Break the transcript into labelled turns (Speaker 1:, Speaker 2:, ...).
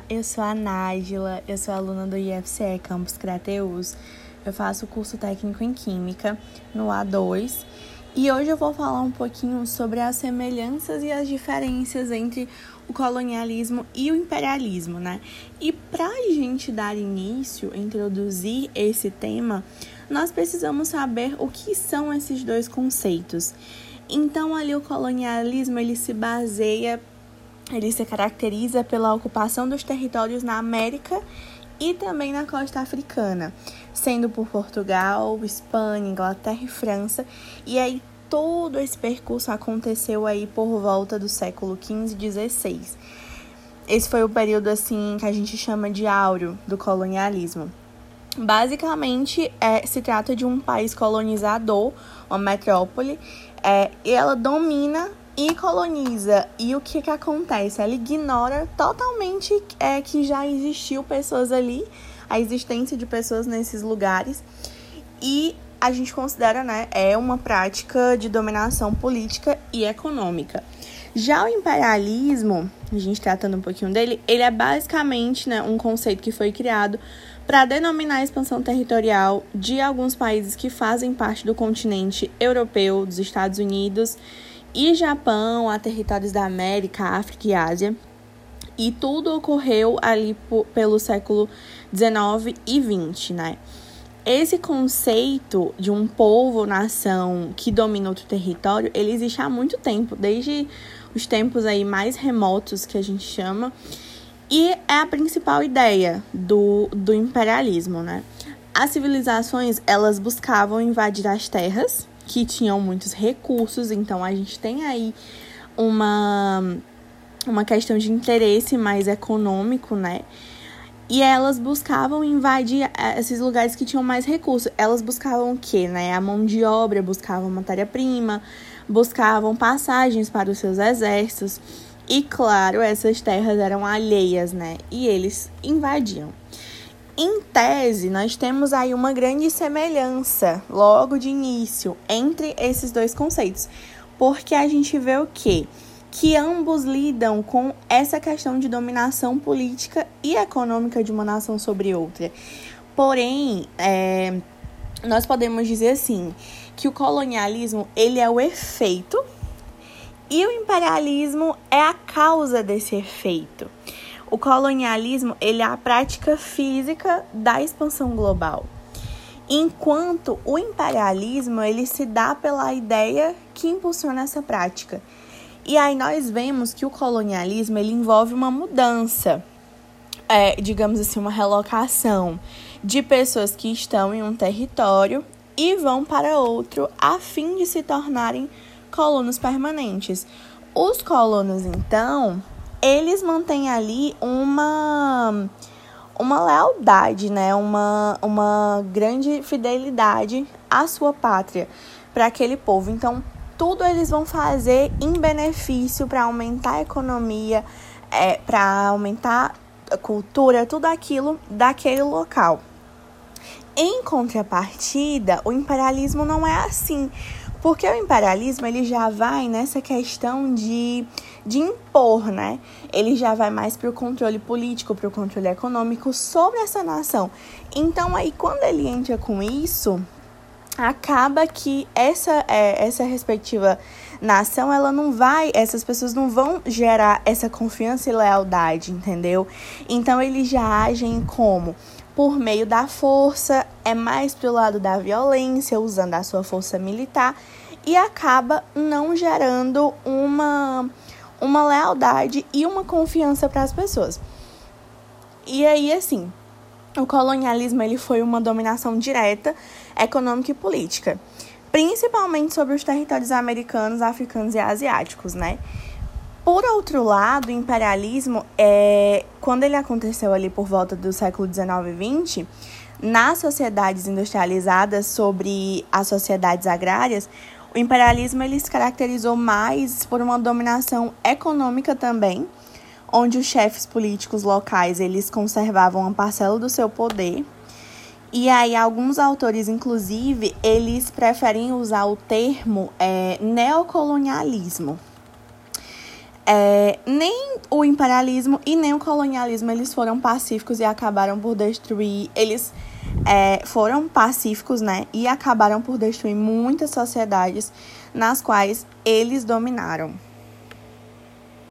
Speaker 1: eu sou a Nájila, eu sou aluna do IFCE Campus Crateús. Eu faço o curso técnico em Química no A2 e hoje eu vou falar um pouquinho sobre as semelhanças e as diferenças entre o colonialismo e o imperialismo, né? E para a gente dar início, introduzir esse tema, nós precisamos saber o que são esses dois conceitos. Então, ali o colonialismo, ele se caracteriza pela ocupação dos territórios na América e também na costa africana, sendo por Portugal, Espanha, Inglaterra e França. E aí todo esse percurso aconteceu aí por volta do século XV e XVI. Esse foi o período assim que a gente chama de áureo do colonialismo. Basicamente, se trata de um país colonizador, uma metrópole, e ela domina e coloniza. E o que acontece? Ela ignora totalmente que já existiu pessoas ali, a existência de pessoas nesses lugares. E a gente considera, uma prática de dominação política e econômica. Já o imperialismo, a gente tratando um pouquinho dele, ele é basicamente um conceito que foi criado para denominar a expansão territorial de alguns países que fazem parte do continente europeu, dos Estados Unidos e Japão, a territórios da América, África e Ásia. E tudo ocorreu ali pelo século XIX e XX, Esse conceito de um povo, nação que domina outro território, ele existe há muito tempo, desde os tempos aí mais remotos que a gente chama, e é a principal ideia do imperialismo, As civilizações, elas buscavam invadir as terras, que tinham muitos recursos, então a gente tem aí uma questão de interesse mais econômico, E elas buscavam invadir esses lugares que tinham mais recursos. Elas buscavam o quê, A mão de obra, buscavam matéria-prima, buscavam passagens para os seus exércitos. E, claro, essas terras eram alheias, E eles invadiam. Em tese, nós temos aí uma grande semelhança, logo de início, entre esses dois conceitos. Porque a gente vê o quê? Que ambos lidam com essa questão de dominação política e econômica de uma nação sobre outra. Porém, nós podemos dizer assim, que o colonialismo ele é o efeito e o imperialismo é a causa desse efeito. O colonialismo ele é a prática física da expansão global, enquanto o imperialismo ele se dá pela ideia que impulsiona essa prática. E aí nós vemos que o colonialismo ele envolve uma mudança, digamos assim, uma relocação de pessoas que estão em um território e vão para outro a fim de se tornarem colonos permanentes. Os colonos, então, eles mantêm ali uma lealdade, uma grande fidelidade à sua pátria, para aquele povo. Então, tudo eles vão fazer em benefício para aumentar a economia, para aumentar a cultura, tudo aquilo daquele local. Em contrapartida, o imperialismo não é assim, porque o imperialismo ele já vai nessa questão de impor, Ele já vai mais para o controle político, para o controle econômico sobre essa nação. Então, aí, quando ele entra com isso, acaba que essa respectiva nação, essas pessoas não vão gerar essa confiança e lealdade, entendeu? Então, eles já agem como? Por meio da força, é mais pro lado da violência, usando a sua força militar, e acaba não gerando uma lealdade e uma confiança para as pessoas. E aí, assim, o colonialismo ele foi uma dominação direta, econômica e política, principalmente sobre os territórios americanos, africanos e asiáticos, Por outro lado, o imperialismo, quando ele aconteceu ali por volta do século XIX e XX, nas sociedades industrializadas sobre as sociedades agrárias, o imperialismo ele se caracterizou mais por uma dominação econômica também, onde os chefes políticos locais eles conservavam uma parcela do seu poder. E aí, alguns autores, inclusive, eles preferem usar o termo neocolonialismo. Nem o imperialismo e nem o colonialismo eles foram pacíficos e acabaram por destruir. Eles foram pacíficos, né? E acabaram por destruir muitas sociedades nas quais eles dominaram.